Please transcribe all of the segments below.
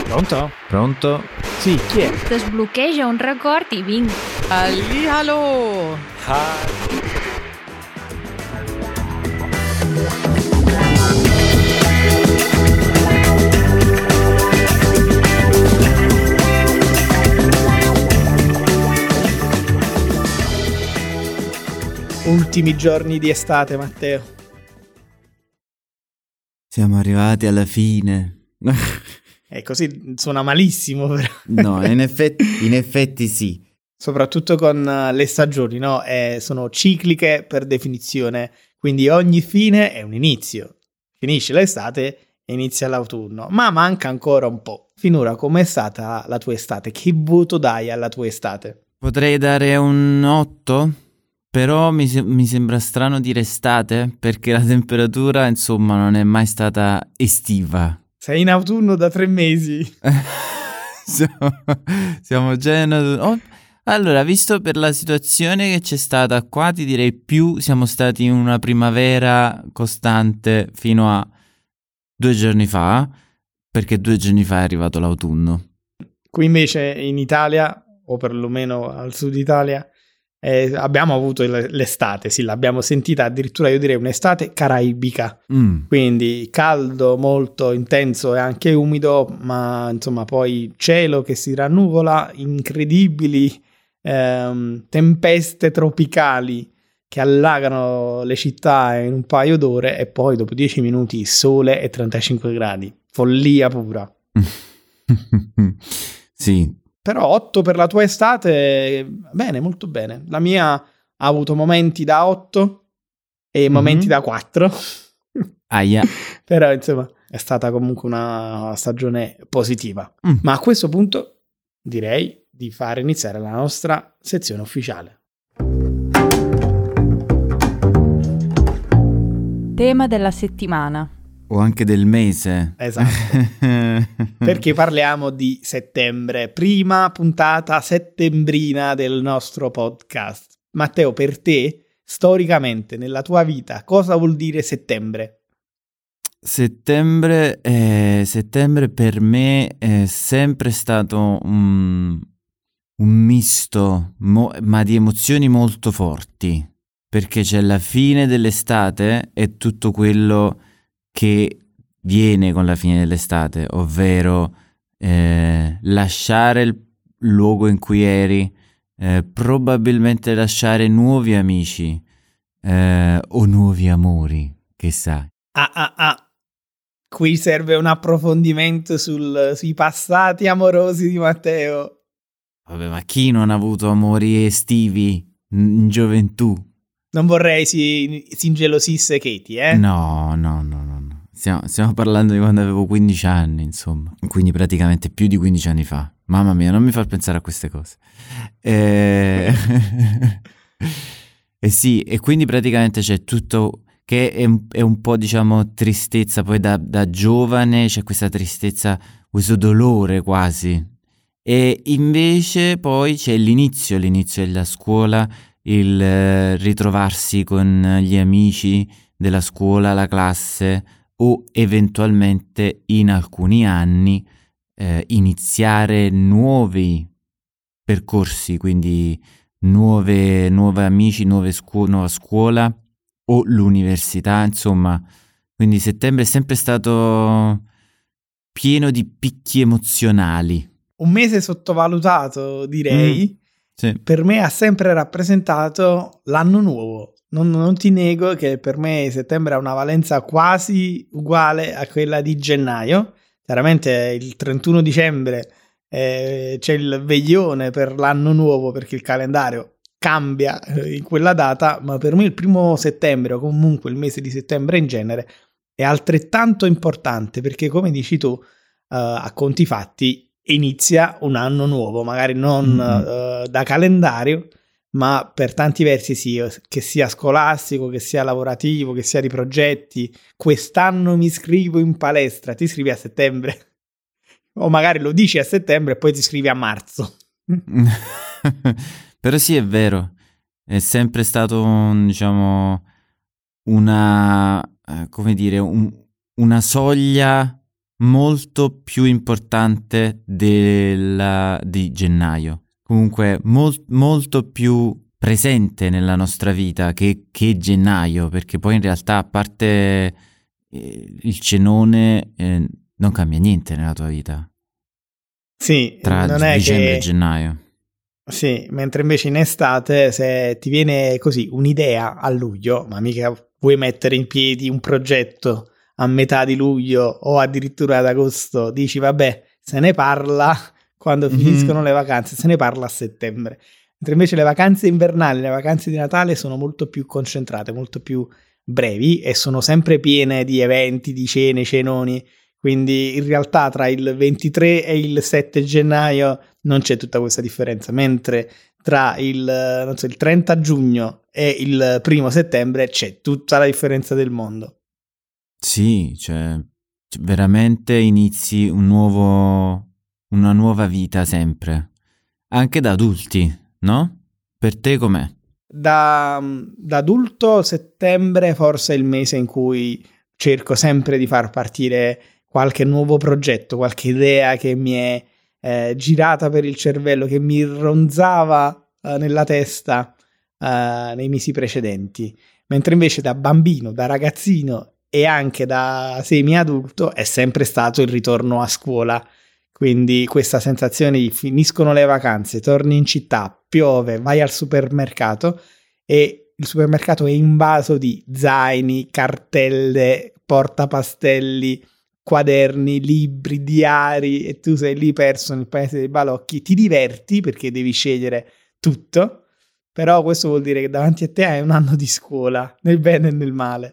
Pronto? Pronto? Sì, chi è? Desbloqueja un record i vinc. Hallihallo! Ultimi giorni di estate, Matteo. Siamo arrivati alla fine. Così suona malissimo, però. No, in effetti sì. Soprattutto con le stagioni, no? Sono cicliche per definizione, quindi ogni fine è un inizio. Finisce l'estate e inizia l'autunno, ma manca ancora un po'. Finora, com'è stata la tua estate? Che voto dai alla tua estate? Potrei dare un 8, però mi sembra strano dire estate, perché la temperatura, insomma, non è mai stata estiva. Sei in autunno da 3 mesi. Siamo già in autunno. Allora, visto per la situazione che c'è stata qua, ti direi più siamo stati in una primavera costante fino a 2 giorni fa, perché 2 giorni fa è arrivato l'autunno. Qui invece in Italia, o perlomeno al sud Italia, abbiamo avuto l'estate, sì, l'abbiamo sentita addirittura, io direi un'estate caraibica, quindi caldo, molto intenso e anche umido, ma insomma poi cielo che si rannuvola, incredibili tempeste tropicali che allagano le città in un paio d'ore e poi dopo 10 minuti sole e 35 gradi, follia pura. Sì. Però 8 per la tua estate, bene, molto bene. La mia ha avuto momenti da 8 e momenti da 4. Aia. Però insomma è stata comunque una stagione positiva. Ma a questo punto direi di fare iniziare la nostra sezione ufficiale. Tema della settimana. O anche del mese. Esatto. Perché parliamo di settembre, prima puntata settembrina del nostro podcast. Matteo, per te, storicamente, nella tua vita, cosa vuol dire settembre? Settembre per me è sempre stato un misto, ma di emozioni molto forti, perché c'è la fine dell'estate e tutto quello che viene con la fine dell'estate, ovvero lasciare il luogo in cui eri, probabilmente lasciare nuovi amici o nuovi amori, chissà. Qui serve un approfondimento sui passati amorosi di Matteo. Vabbè, ma chi non ha avuto amori estivi in gioventù? Non vorrei si ingelosisse Katie, eh? No. Stiamo parlando di quando avevo 15 anni, insomma. Quindi praticamente più di 15 anni fa. Mamma mia, non mi far pensare a queste cose. Sì, e quindi praticamente c'è tutto che è un po', diciamo, tristezza. Poi da giovane c'è questa tristezza, questo dolore quasi. E invece poi c'è l'inizio della scuola, il ritrovarsi con gli amici della scuola, la classe, o eventualmente in alcuni anni iniziare nuovi percorsi, quindi nuovi amici, nuova scuola o l'università, insomma. Quindi settembre è sempre stato pieno di picchi emozionali. Un mese sottovalutato, direi. Sì. Per me ha sempre rappresentato l'anno nuovo. Non ti nego che per me settembre ha una valenza quasi uguale a quella di gennaio. Chiaramente il 31 dicembre c'è il veglione per l'anno nuovo, perché il calendario cambia in quella data, ma per me il 1 settembre o comunque il mese di settembre in genere è altrettanto importante, perché come dici tu, a conti fatti inizia un anno nuovo, magari non da calendario, ma per tanti versi sì, che sia scolastico, che sia lavorativo, che sia di progetti. Quest'anno mi iscrivo in palestra, ti iscrivi a settembre o magari lo dici a settembre e poi ti iscrivi a marzo. Però sì, è vero, è sempre stato diciamo una come dire una soglia molto più importante di gennaio. Comunque molto più presente nella nostra vita che gennaio, perché poi in realtà a parte il cenone non cambia niente nella tua vita. Sì, tra non è dicembre che... e gennaio. Sì, mentre invece in estate se ti viene così un'idea a luglio, ma mica vuoi mettere in piedi un progetto a metà di luglio o addirittura ad agosto, dici vabbè, se ne parla quando finiscono le vacanze, se ne parla a settembre. Mentre invece le vacanze invernali, le vacanze di Natale sono molto più concentrate, molto più brevi e sono sempre piene di eventi, di cene, cenoni. Quindi in realtà tra il 23 e il 7 gennaio non c'è tutta questa differenza, mentre tra il 30 giugno e il 1 settembre c'è tutta la differenza del mondo. Sì, cioè veramente inizi una nuova vita sempre, anche da adulti, no? Per te com'è? Da adulto settembre forse è il mese in cui cerco sempre di far partire qualche nuovo progetto, qualche idea che mi è girata per il cervello, che mi ronzava nella testa nei mesi precedenti. Mentre invece da bambino, da ragazzino e anche da semi-adulto è sempre stato il ritorno a scuola. Quindi questa sensazione di finiscono le vacanze, torni in città, piove, vai al supermercato e il supermercato è invaso di zaini, cartelle, portapastelli, quaderni, libri, diari e tu sei lì perso nel paese dei balocchi, ti diverti perché devi scegliere tutto, però questo vuol dire che davanti a te hai un anno di scuola, nel bene e nel male.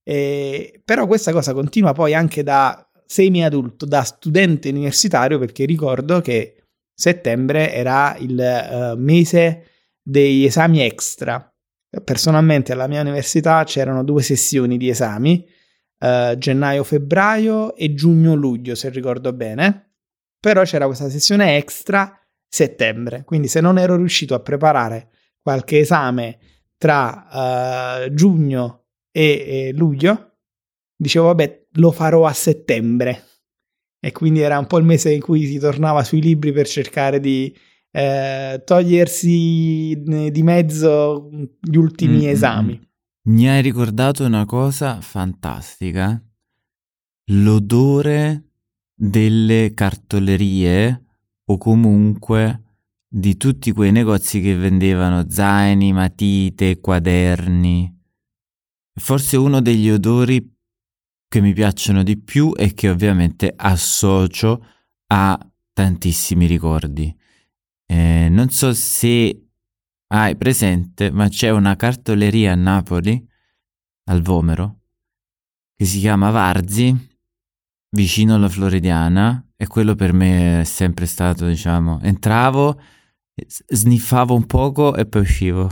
Però questa cosa continua poi anche da semi-adulto, da studente universitario, perché ricordo che settembre era il mese degli esami extra. Personalmente alla mia università c'erano 2 sessioni di esami, gennaio-febbraio e giugno-luglio, se ricordo bene, però c'era questa sessione extra settembre, quindi se non ero riuscito a preparare qualche esame tra giugno e luglio, dicevo vabbè, lo farò a settembre, e quindi era un po' il mese in cui si tornava sui libri per cercare di togliersi di mezzo gli ultimi esami. Mi hai ricordato una cosa fantastica, l'odore delle cartolerie o comunque di tutti quei negozi che vendevano zaini, matite, quaderni. Forse uno degli odori che mi piacciono di più e che ovviamente associo a tantissimi ricordi. Non so se hai presente, ma c'è una cartoleria a Napoli, al Vomero, che si chiama Varzi, vicino alla Floridiana, e quello per me è sempre stato, diciamo, entravo, sniffavo un poco e poi uscivo.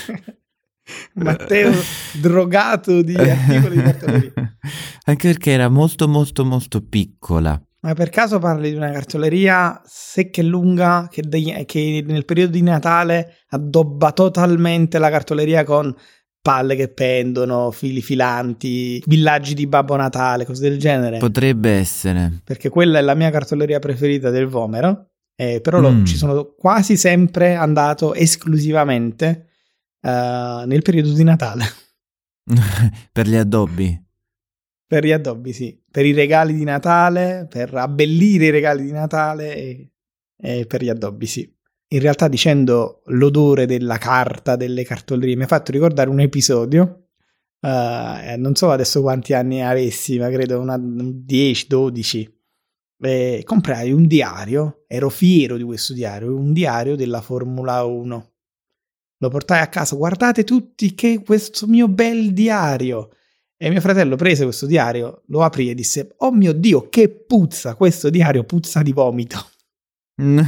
Matteo drogato di articoli di cartoleria. Anche perché era molto molto molto piccola. Ma per caso parli di una cartoleria secca e lunga che nel periodo di Natale addobba totalmente la cartoleria con palle che pendono, fili filanti, villaggi di Babbo Natale, cose del genere? Potrebbe essere. Perché quella è la mia cartoleria preferita del Vomero, però ci sono quasi sempre andato esclusivamente nel periodo di Natale. Per gli addobbi? Per gli addobbi, sì. Per i regali di Natale, per abbellire i regali di Natale e per gli addobbi, sì. In realtà, dicendo l'odore della carta, delle cartolerie, mi ha fatto ricordare un episodio, non so adesso quanti anni avessi, ma credo 10, 12. Comprai un diario, ero fiero di questo diario, un diario della Formula 1. Lo portai a casa, guardate tutti che questo mio bel diario. E mio fratello prese questo diario, lo aprì e disse: oh mio Dio, che puzza, questo diario puzza di vomito. In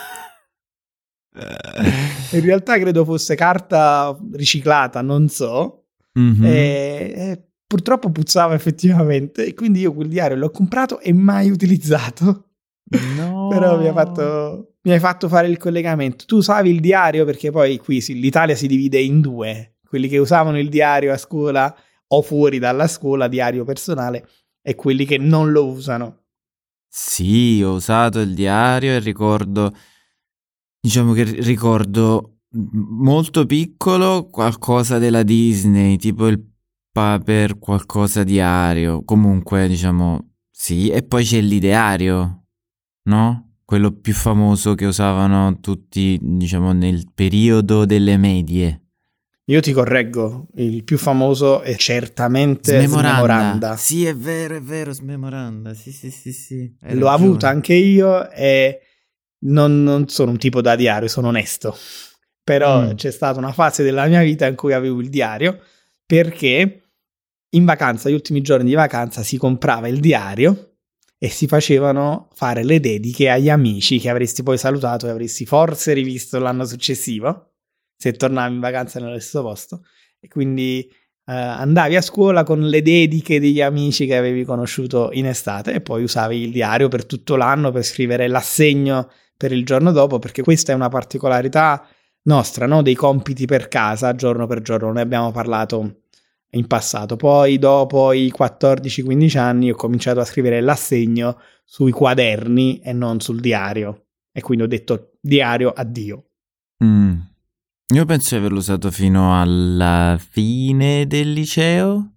realtà credo fosse carta riciclata, non so. E purtroppo puzzava effettivamente, e quindi io quel diario l'ho comprato e mai utilizzato. No. Però mi hai fatto fare il collegamento. Tu usavi il diario, perché poi qui l'Italia si divide in 2, quelli che usavano il diario a scuola o fuori dalla scuola, diario personale, e quelli che non lo usano. Sì, ho usato il diario e ricordo, diciamo che ricordo molto piccolo qualcosa della Disney, tipo il paper qualcosa diario, comunque diciamo sì, e poi c'è l'ideario, no? Quello più famoso che usavano tutti, diciamo, nel periodo delle medie. Io ti correggo, il più famoso è certamente Smemoranda. Sì, è vero, Smemoranda. Sì. Hai L'ho ragione. avuto anche io e non sono un tipo da diario, sono onesto. Però c'è stata una fase della mia vita in cui avevo il diario, perché in vacanza, gli ultimi giorni di vacanza, si comprava il diario e si facevano fare le dediche agli amici che avresti poi salutato e avresti forse rivisto l'anno successivo, se tornavi in vacanza nello stesso posto. E quindi andavi a scuola con le dediche degli amici che avevi conosciuto in estate e poi usavi il diario per tutto l'anno per scrivere l'assegno per il giorno dopo, perché questa è una particolarità nostra, no? Dei compiti per casa giorno per giorno. Ne abbiamo parlato in passato. Poi dopo i 14-15 anni ho cominciato a scrivere l'assegno sui quaderni e non sul diario, e quindi ho detto diario addio. Io penso di averlo usato fino alla fine del liceo,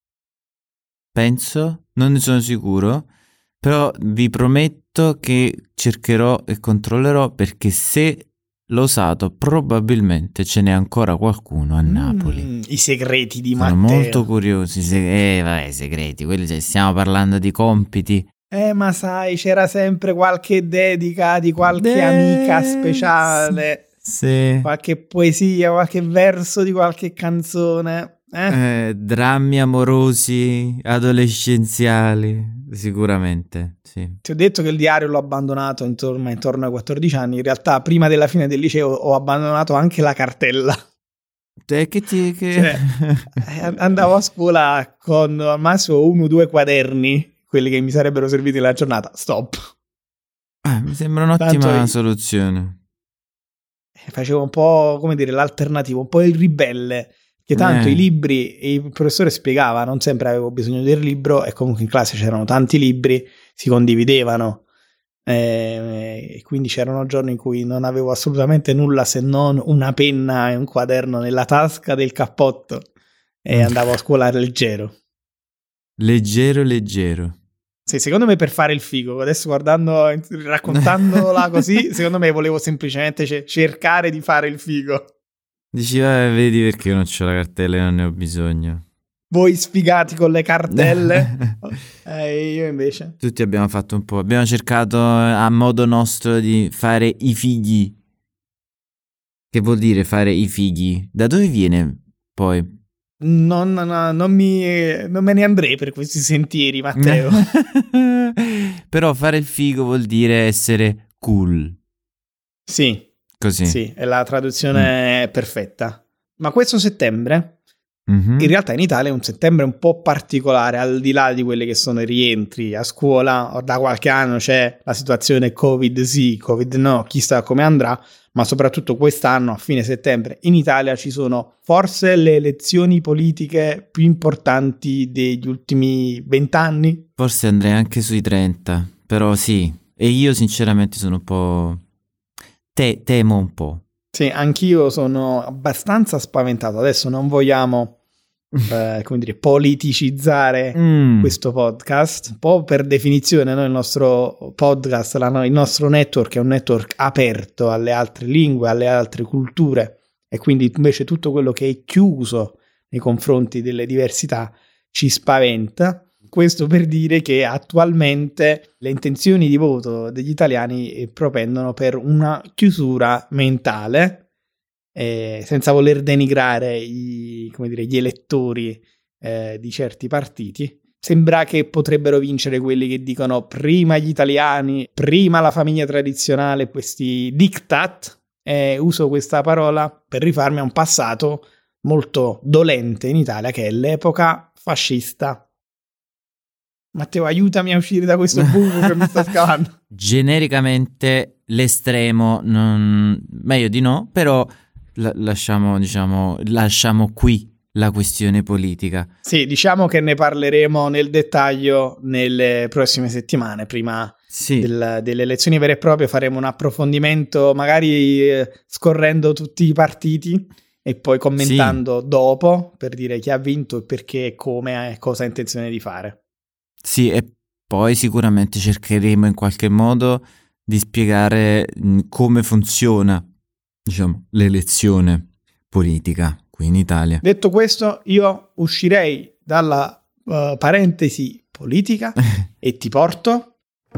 penso, non ne sono sicuro, però vi prometto che cercherò e controllerò, perché se l'ho usato probabilmente ce n'è ancora qualcuno a Napoli. I segreti di Sono Matteo. molto curiosi, segreti, quelli stiamo parlando di compiti. Ma sai, c'era sempre qualche dedica di qualche amica speciale. Sì. Qualche poesia, qualche verso di qualche canzone. Drammi amorosi, adolescenziali, sicuramente, sì. Ti ho detto che il diario l'ho abbandonato intorno ai 14 anni. In realtà, prima della fine del liceo ho abbandonato anche la cartella. Cioè, andavo a scuola con al massimo 1 o 2 quaderni, quelli che mi sarebbero serviti nella giornata. Stop. Mi sembra un'ottima soluzione. Facevo un po', come dire, l'alternativo, un po' il ribelle, che tanto i libri, il professore spiegava, non sempre avevo bisogno del libro, e comunque in classe c'erano tanti libri, si condividevano, e quindi c'erano giorni in cui non avevo assolutamente nulla se non una penna e un quaderno nella tasca del cappotto, e andavo a scuola leggero. Leggero. Sì, secondo me per fare il figo, adesso raccontandola così, secondo me volevo semplicemente cercare di fare il figo. Dici, vedi perché io non c'ho la cartella e non ne ho bisogno. Voi sfigati con le cartelle, io invece. Tutti abbiamo fatto un po', abbiamo cercato a modo nostro di fare i fighi. Che vuol dire fare i fighi? Da dove viene poi? Non me ne andrei per questi sentieri, Matteo. Però fare il figo vuol dire essere cool. Sì. Così. Sì, è la traduzione perfetta. Ma questo settembre, in realtà in Italia è un settembre un po' particolare, al di là di quelli che sono i rientri a scuola. Da qualche anno c'è la situazione Covid sì, Covid no, chissà come andrà, ma soprattutto quest'anno, a fine settembre, in Italia ci sono forse le elezioni politiche più importanti degli ultimi 20 anni. Forse andrei anche sui 30, però sì. E io sinceramente sono un po'... temo un po'. Sì, anch'io sono abbastanza spaventato. Adesso non vogliamo come dire, politicizzare questo podcast. Un po' per definizione, noi il nostro podcast, il nostro network è un network aperto alle altre lingue, alle altre culture, e quindi invece tutto quello che è chiuso nei confronti delle diversità ci spaventa. Questo per dire che attualmente le intenzioni di voto degli italiani propendono per una chiusura mentale, senza voler denigrare gli elettori di certi partiti. Sembra che potrebbero vincere quelli che dicono prima gli italiani, prima la famiglia tradizionale, questi diktat, e uso questa parola per rifarmi a un passato molto dolente in Italia, che è l'epoca fascista. Matteo, aiutami a uscire da questo buco che mi sta scavando. Genericamente l'estremo, meglio di no, però lasciamo qui la questione politica. Sì, diciamo che ne parleremo nel dettaglio nelle prossime settimane, prima delle elezioni vere e proprie. Faremo un approfondimento, magari scorrendo tutti i partiti e poi commentando dopo per dire chi ha vinto e perché e come e cosa ha intenzione di fare. Sì, e poi sicuramente cercheremo in qualche modo di spiegare come funziona, diciamo, l'elezione politica qui in Italia. Detto questo, io uscirei dalla parentesi politica e ti porto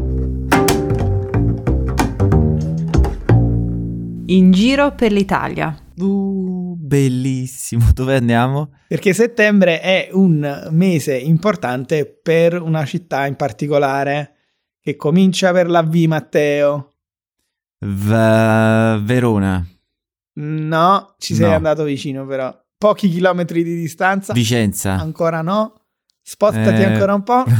in giro per l'Italia. Bellissimo, dove andiamo? Perché settembre è un mese importante per una città in particolare che comincia per la V, Matteo. Verona. No, ci sei andato vicino però. Pochi chilometri di distanza. Vicenza. Ancora no. Spostati ancora un po'.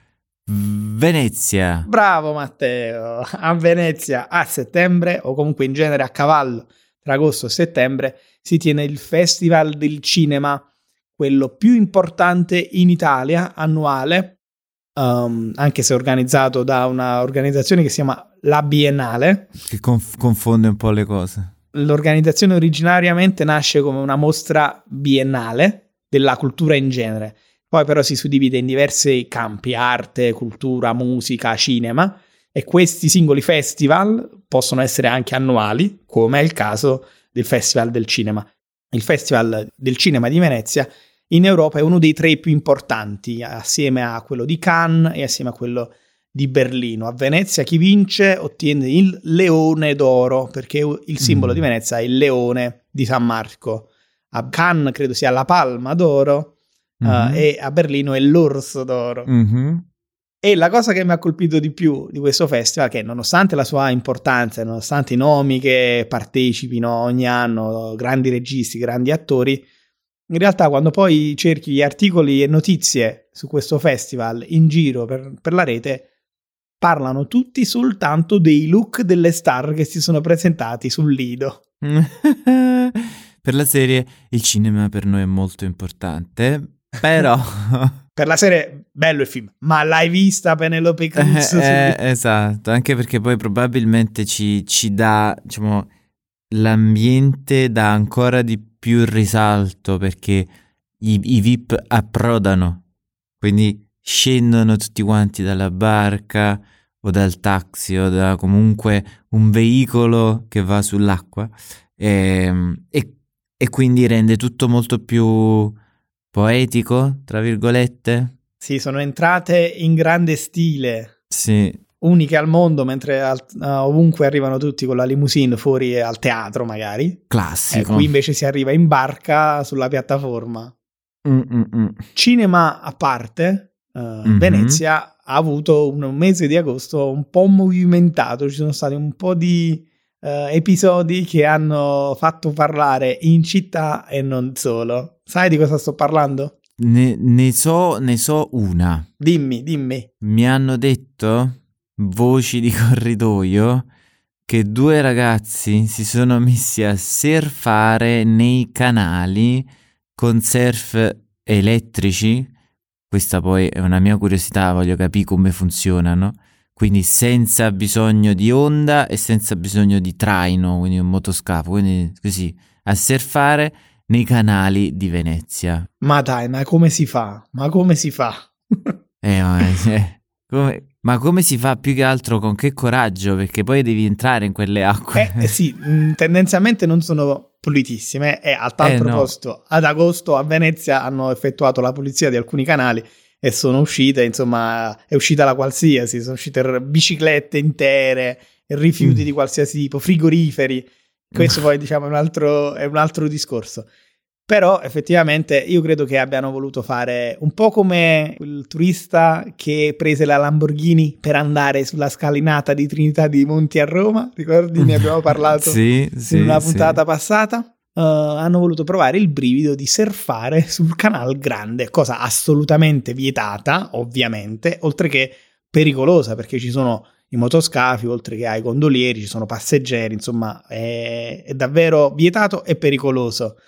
Venezia. Bravo Matteo. A Venezia a settembre, o comunque in genere a cavallo tra agosto e settembre, si tiene il Festival del Cinema, quello più importante in Italia, annuale, anche se organizzato da una organizzazione che si chiama La Biennale. Che confonde un po' le cose. L'organizzazione originariamente nasce come una mostra biennale della cultura in genere, poi però si suddivide in diversi campi: arte, cultura, musica, cinema, e questi singoli festival possono essere anche annuali, come è il caso del Festival del Cinema. Il Festival del Cinema di Venezia in Europa è uno dei 3 più importanti, assieme a quello di Cannes e assieme a quello di Berlino. A Venezia chi vince ottiene il Leone d'Oro, perché il simbolo di Venezia è il leone di San Marco. A Cannes credo sia la Palma d'Oro, e a Berlino è l'Orso d'Oro. E la cosa che mi ha colpito di più di questo festival è che, nonostante la sua importanza, nonostante i nomi che partecipino ogni anno, grandi registi, grandi attori, in realtà quando poi cerchi gli articoli e notizie su questo festival in giro per la rete, parlano tutti soltanto dei look delle star che si sono presentati sul Lido. Per la serie il cinema per noi è molto importante, però... Per la serie bello il film, ma l'hai vista Penelope Cruz? Esatto, anche perché poi probabilmente ci dà, diciamo, l'ambiente dà ancora di più risalto, perché i VIP approdano, quindi scendono tutti quanti dalla barca o dal taxi o da comunque un veicolo che va sull'acqua, e quindi rende tutto molto più poetico, tra virgolette. Sì, sono entrate in grande stile. Sì. Uniche al mondo, mentre ovunque arrivano tutti con la limousine fuori al teatro magari. Classico. Qui invece si arriva in barca sulla piattaforma. Cinema a parte, Venezia ha avuto un mese di agosto un po' movimentato. Ci sono stati un po' di episodi che hanno fatto parlare in città e non solo. Sai di cosa sto parlando? Ne so una. Dimmi. Mi hanno detto, voci di corridoio, che 2 ragazzi si sono messi a surfare nei canali con surf elettrici. Questa poi è una mia curiosità, voglio capire come funzionano. Quindi senza bisogno di onda e senza bisogno di traino, quindi un motoscafo, quindi così, a surfare nei canali di Venezia. Ma dai, ma come si fa? Ma come si fa più che altro, con che coraggio, perché poi devi entrare in quelle acque. Sì, tendenzialmente non sono pulitissime, e a tal proposito, no. Ad agosto a Venezia hanno effettuato la pulizia di alcuni canali e sono uscite, insomma, è uscita la qualsiasi, sono uscite biciclette intere, rifiuti di qualsiasi tipo, frigoriferi. Questo poi, diciamo, è un altro discorso. Però effettivamente io credo che abbiano voluto fare un po' come il turista che prese la Lamborghini per andare sulla scalinata di Trinità dei Monti a Roma, ricordi? Ne abbiamo parlato in una puntata passata. Hanno voluto provare il brivido di surfare sul Canal Grande, cosa assolutamente vietata, ovviamente, oltre che pericolosa, perché ci sono i motoscafi, oltre che ai gondolieri, ci sono passeggeri, insomma, è davvero vietato e pericoloso.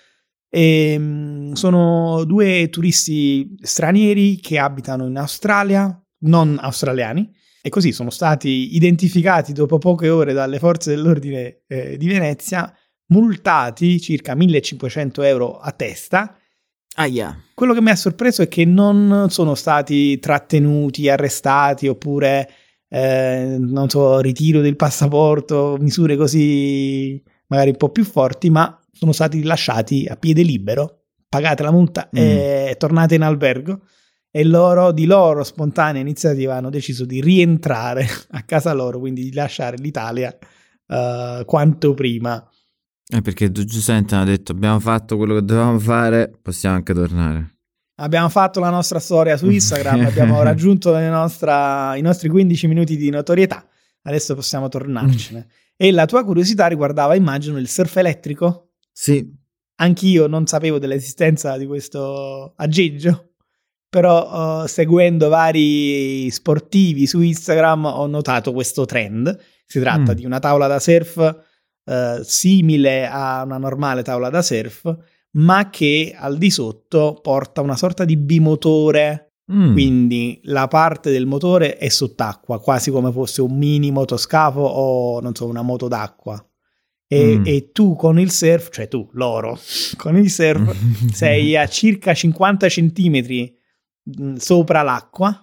Sono 2 turisti stranieri che abitano in Australia, non australiani, e così sono stati identificati dopo poche ore dalle forze dell'ordine di Venezia, multati circa 1.500 euro a testa. Quello che mi ha sorpreso è che non sono stati trattenuti, arrestati, oppure non so, ritiro del passaporto, misure così magari un po' più forti, ma sono stati lasciati a piede libero, pagate la multa e tornate in albergo, e di loro spontanea iniziativa hanno deciso di rientrare a casa loro, quindi di lasciare l'Italia quanto prima. Perché giustamente hanno detto abbiamo fatto quello che dovevamo fare, possiamo anche tornare. Abbiamo fatto la nostra storia su Instagram, abbiamo raggiunto i nostri 15 minuti di notorietà, adesso possiamo tornarcene. E la tua curiosità riguardava, immagino, il surf elettrico? Sì. Anch'io non sapevo dell'esistenza di questo aggeggio, però seguendo vari sportivi su Instagram ho notato questo trend. Si tratta di una tavola da surf simile a una normale tavola da surf, ma che al di sotto porta una sorta di bimotore, quindi la parte del motore è sott'acqua, quasi come fosse un mini motoscafo o non so, una moto d'acqua. E tu con il surf, cioè tu, loro, con il surf sei a circa 50 centimetri sopra l'acqua.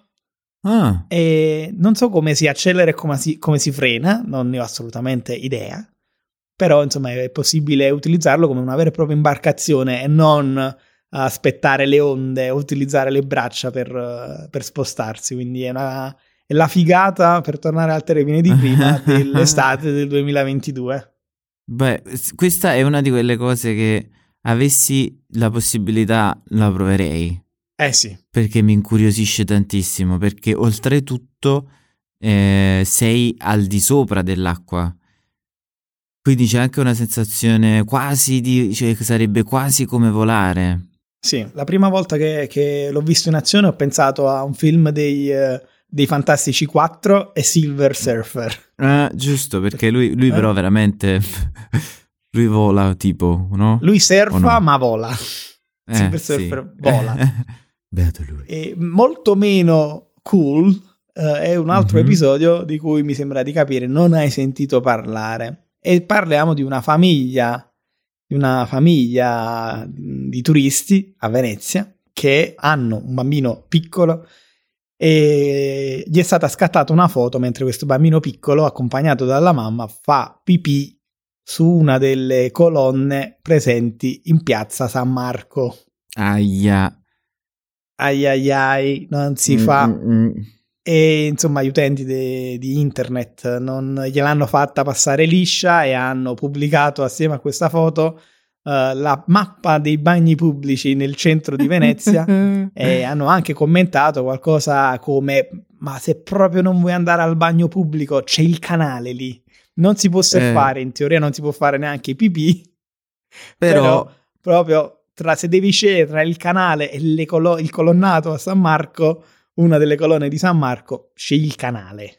E non so come si accelera e come si frena, non ne ho assolutamente idea, però insomma è possibile utilizzarlo come una vera e propria imbarcazione e non aspettare le onde o utilizzare le braccia per spostarsi, quindi è la figata, per tornare al termine di prima, dell'estate del 2022. Beh, questa è una di quelle cose che avessi la possibilità la proverei. Sì. Perché mi incuriosisce tantissimo, perché oltretutto sei al di sopra dell'acqua. Quindi c'è anche una sensazione quasi cioè sarebbe quasi come volare. Sì, la prima volta che l'ho visto in azione ho pensato a un film dei Fantastici 4 e Silver Surfer. Giusto, perché lui però veramente lui vola tipo, no? Lui surfa no? Ma vola. Silver Surfer vola. Beato lui. E molto meno cool è un altro episodio di cui mi sembra di capire non hai sentito parlare. E parliamo di una famiglia di turisti a Venezia che hanno un bambino piccolo e gli è stata scattata una foto mentre questo bambino piccolo, accompagnato dalla mamma, fa pipì su una delle colonne presenti in piazza San Marco. Aia, non si fa. E insomma gli utenti di internet non gliel'hanno fatta passare liscia e hanno pubblicato assieme a questa foto la mappa dei bagni pubblici nel centro di Venezia e hanno anche commentato qualcosa come: ma se proprio non vuoi andare al bagno pubblico c'è il canale lì, non si può surfare, in teoria non si può fare neanche i pipì, però proprio se devi scegliere tra il canale e il colonnato a San Marco, una delle colonne di San Marco, scegli il canale.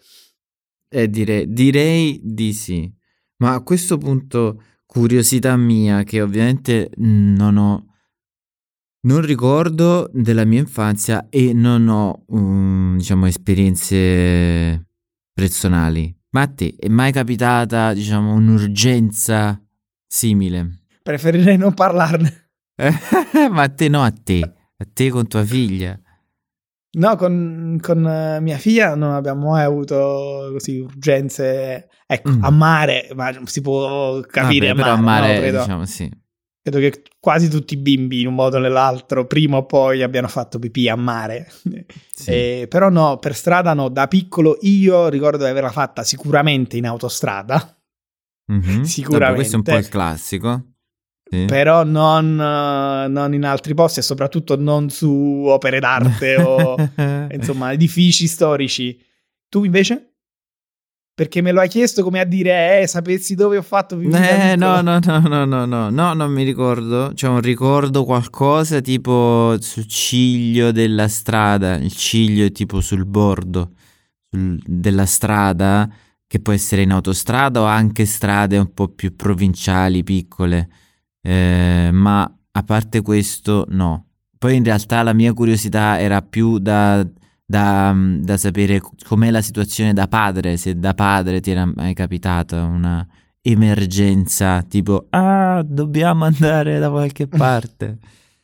Direi di sì. Ma a questo punto, curiosità mia, che ovviamente non ricordo della mia infanzia e non ho, diciamo, esperienze personali. Ma a te è mai capitata, diciamo, un'urgenza simile? Preferirei non parlarne. Ma a te con tua figlia. No, con mia figlia non abbiamo mai avuto così urgenze, ecco, a mare, ma si può capire. Vabbè, però a mare, no, credo, diciamo, sì. Credo che quasi tutti i bimbi in un modo o nell'altro prima o poi abbiano fatto pipì a mare. Sì. Però no, per strada no, da piccolo io ricordo di averla fatta sicuramente in autostrada. Sicuramente. Vabbè, questo è un po' il classico. Sì. Però non in altri posti e soprattutto non su opere d'arte o insomma edifici storici. Tu invece? Perché me lo hai chiesto come a dire sapessi dove ho fatto no, non mi ricordo. C'è un ricordo qualcosa tipo sul ciglio della strada. Il ciglio è tipo sul bordo della strada, che può essere in autostrada o anche strade un po' più provinciali, piccole. Ma a parte questo, no. Poi in realtà la mia curiosità era più da sapere com'è la situazione da padre, se da padre ti era mai capitata una emergenza tipo dobbiamo andare da qualche parte.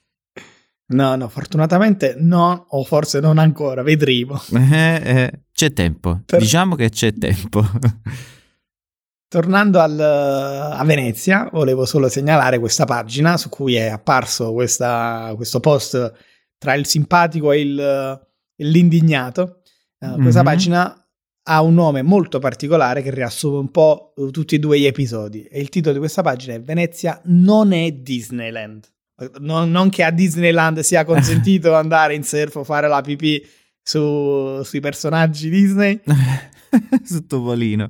No, fortunatamente no, o forse non ancora, vedremo. C'è tempo, diciamo che c'è tempo. Tornando a Venezia, volevo solo segnalare questa pagina su cui è apparso questo post tra il simpatico e l'indignato. Questa pagina ha un nome molto particolare che riassume un po' tutti e due gli episodi, e il titolo di questa pagina è Venezia non è Disneyland. Non che a Disneyland sia consentito andare in surf o fare la pipì sui personaggi Disney. Su Topolino.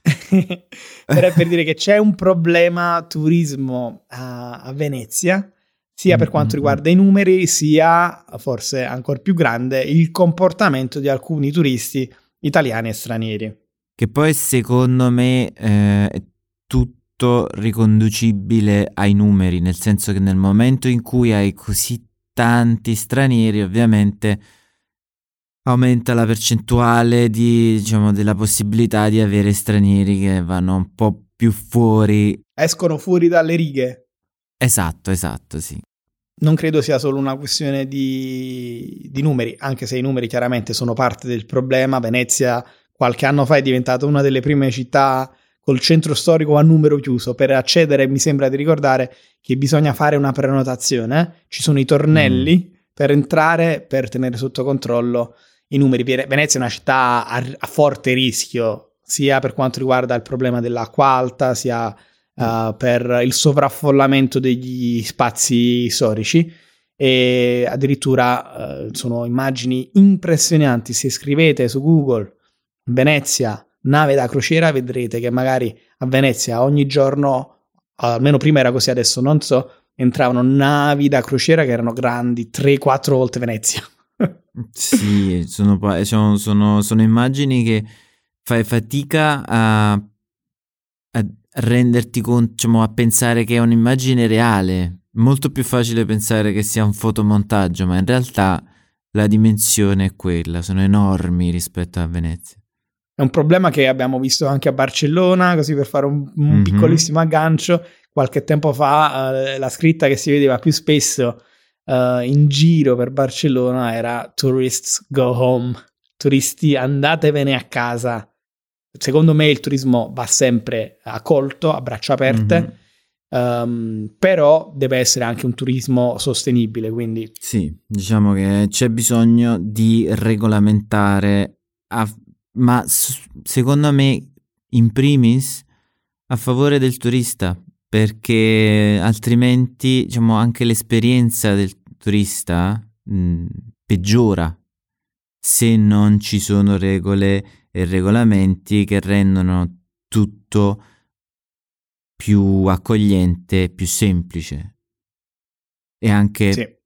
Per dire che c'è un problema turismo a Venezia, sia per quanto riguarda i numeri, sia, forse ancora più grande, il comportamento di alcuni turisti italiani e stranieri. Che poi secondo me è tutto riconducibile ai numeri, nel senso che nel momento in cui hai così tanti stranieri, ovviamente aumenta la percentuale della possibilità di avere stranieri che vanno un po' più fuori. Escono fuori dalle righe. Esatto, sì. Non credo sia solo una questione di numeri, anche se i numeri chiaramente sono parte del problema. Venezia qualche anno fa è diventata una delle prime città col centro storico a numero chiuso. Per accedere mi sembra di ricordare che bisogna fare una prenotazione, ci sono i tornelli per entrare, per tenere sotto controllo i numeri. Venezia è una città a forte rischio, sia per quanto riguarda il problema dell'acqua alta, sia per il sovraffollamento degli spazi storici, e addirittura sono immagini impressionanti. Se scrivete su Google Venezia nave da crociera, vedrete che magari a Venezia ogni giorno, almeno prima era così, adesso non so, entravano navi da crociera che erano grandi 3-4 volte Venezia. Sì, sono immagini che fai fatica a renderti conto, a pensare che è un'immagine reale. Molto più facile pensare che sia un fotomontaggio, ma in realtà la dimensione è quella, sono enormi rispetto a Venezia. È un problema che abbiamo visto anche a Barcellona, così per fare un piccolissimo aggancio. Qualche tempo fa la scritta che si vedeva più spesso in giro per Barcellona era "Tourists go home", turisti andatevene a casa. Secondo me il turismo va sempre accolto a braccia aperte, però deve essere anche un turismo sostenibile, quindi sì, diciamo che c'è bisogno di regolamentare, ma secondo me in primis a favore del turista, perché altrimenti anche l'esperienza del turista peggiora se non ci sono regole e regolamenti che rendono tutto più accogliente, più semplice, e anche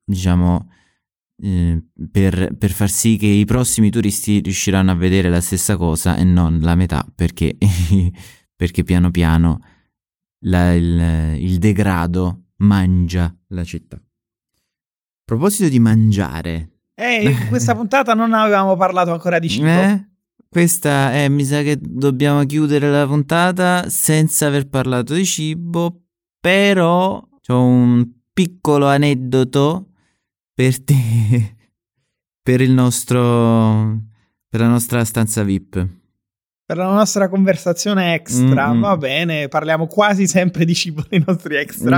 per far sì che i prossimi turisti riusciranno a vedere la stessa cosa e non la metà, perché piano piano il degrado mangia la città. A proposito di mangiare, in questa puntata non avevamo parlato ancora di cibo. Questa mi sa che dobbiamo chiudere la puntata senza aver parlato di cibo, però c'ho un piccolo aneddoto per te, per la nostra stanza VIP. Per la nostra conversazione extra, va bene, parliamo quasi sempre di cibo nei nostri extra.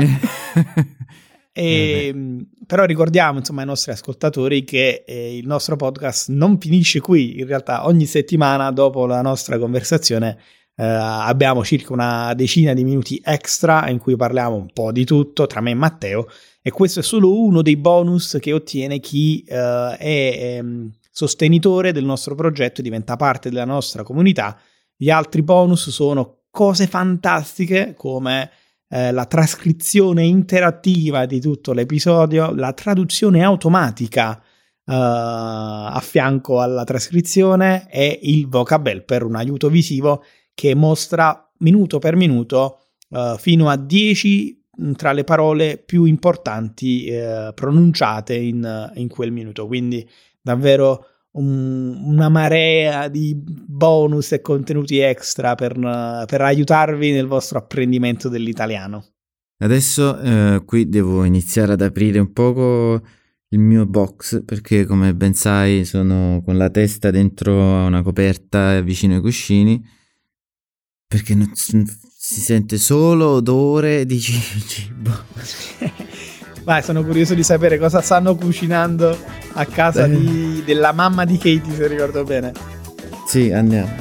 Però ricordiamo ai nostri ascoltatori che il nostro podcast non finisce qui. In realtà ogni settimana dopo la nostra conversazione abbiamo circa una decina di minuti extra in cui parliamo un po' di tutto tra me e Matteo, e questo è solo uno dei bonus che ottiene chi è sostenitore del nostro progetto e diventa parte della nostra comunità. Gli altri bonus sono cose fantastiche come la trascrizione interattiva di tutto l'episodio, la traduzione automatica a fianco alla trascrizione, e il vocabel per un aiuto visivo che mostra minuto per minuto fino a 10 tra le parole più importanti pronunciate in quel minuto. Quindi davvero una marea di bonus e contenuti extra per aiutarvi nel vostro apprendimento dell'italiano. Adesso qui devo iniziare ad aprire un poco il mio box, perché come ben sai sono con la testa dentro a una coperta vicino ai cuscini, perché si sente solo odore di cibo. Vai, sono curioso di sapere cosa stanno cucinando a casa della mamma di Katie, se ricordo bene. Sì, andiamo.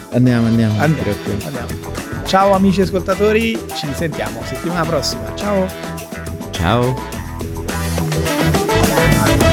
Ciao amici ascoltatori, ci sentiamo settimana prossima. Ciao. Ciao.